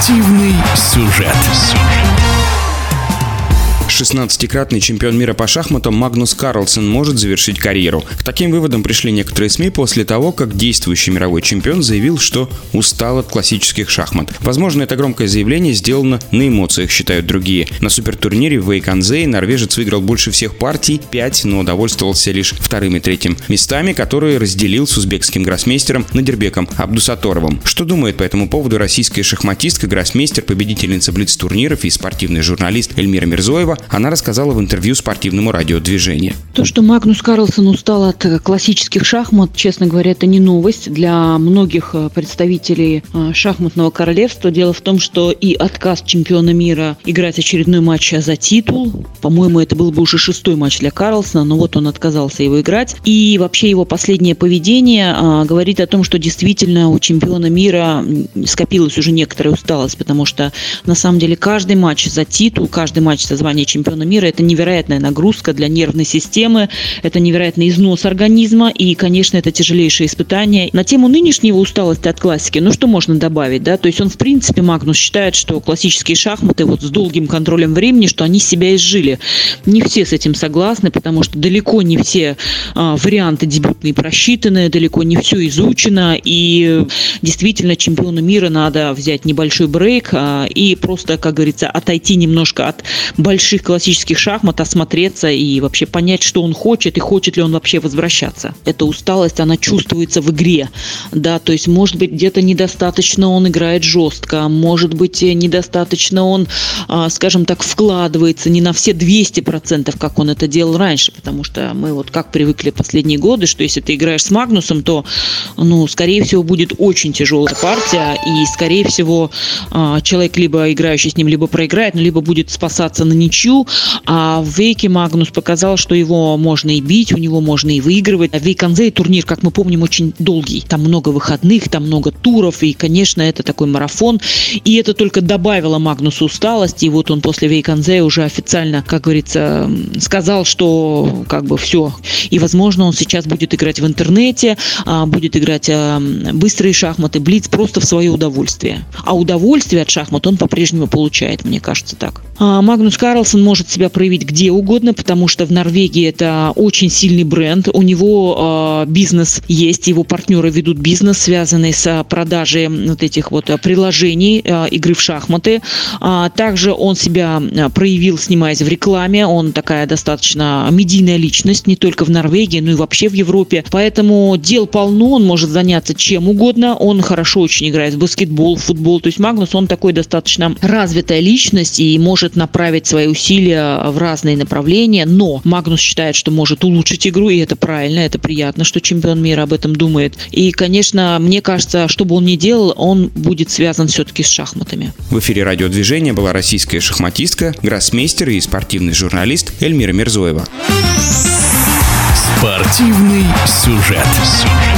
Спортивный сюжет. 16-кратный чемпион мира по шахматам Магнус Карлсен может завершить карьеру. К таким выводам пришли некоторые СМИ после того, как действующий мировой чемпион заявил, что устал от классических шахмат. Возможно, это громкое заявление сделано на эмоциях, считают другие. На супертурнире в Вейконзее норвежец выиграл больше всех партий, 5, но довольствовался лишь вторым и третьим местами, которые разделил с узбекским гроссмейстером Надирбеком Абдусатторовым. Что думает по этому поводу российская шахматистка, гроссмейстер, победительница блиц-турниров и спортивный журналист Эльмира Мирзоева, она рассказала в интервью спортивному радио «Движение». То, что Магнус Карлсен устал от классических шахмат, честно говоря, это не новость для многих представителей шахматного королевства. Дело в том, что и отказ чемпиона мира играть очередной матч за титул, по-моему, это был бы уже 6-й матч для Карлсена, но вот он отказался его играть. И вообще его последнее поведение говорит о том, что действительно у чемпиона мира скопилась уже некоторая усталость, потому что на самом деле каждый матч за титул, каждый матч за звание чемпиона мира – это невероятная нагрузка для нервной системы, это невероятный износ организма и, конечно, это тяжелейшее испытание. На тему нынешнего усталости от классики, что можно добавить, да? То есть он, в принципе, Магнус считает, что классические шахматы вот с долгим контролем времени, что они себя изжили. Не все с этим согласны, потому что далеко не все варианты дебютные просчитаны, далеко не все изучено, и действительно чемпиону мира надо взять небольшой брейк и просто, как говорится, отойти немножко от больших классических шахмат, осмотреться и вообще понять, что он хочет и хочет ли он вообще возвращаться. Эта усталость, она чувствуется в игре, да, то есть, может быть, где-то недостаточно он играет жестко, может быть, недостаточно он, скажем так, вкладывается не на все 200%, как он это делал раньше, потому что мы вот как привыкли последние годы, что если ты играешь с Магнусом, то, скорее всего, будет очень тяжелая партия, и, скорее всего, человек, либо играющий с ним, либо проиграет, либо будет спасаться на ничью, а в Вейке Магнус показал, что его можно и бить, у него можно и выигрывать. В Вейконзее турнир, как мы помним, очень долгий. Там много выходных, там много туров, и, конечно, это такой марафон. И это только добавило Магнусу усталости, и вот он после Вейконзея уже официально, как говорится, сказал, что все. И, возможно, он сейчас будет играть в интернете, будет играть быстрые шахматы, блиц, просто в свое удовольствие. А удовольствие от шахмат он по-прежнему получает, мне кажется так. Магнус Карлсен может себя проявить где угодно, потому что в Норвегии это очень сильный бренд. У него бизнес есть, его партнеры ведут бизнес, связанный с продажей вот этих вот приложений игры в шахматы. Также он себя проявил, снимаясь в рекламе. Он такая достаточно медийная личность, не только в Норвегии, но и вообще в Европе. Поэтому дел полно, он может заняться чем угодно. Он хорошо очень играет в баскетбол, в футбол. То есть Магнус, он такой достаточно развитая личность и может направить свои усилия в разные направления, но Магнус считает, что может улучшить игру, и это правильно, это приятно, что чемпион мира об этом думает. И, конечно, мне кажется, что бы он ни делал, он будет связан все-таки с шахматами. В эфире радиодвижения была российская шахматистка, гроссмейстер и спортивный журналист Эльмира Мирзоева. Спортивный сюжет.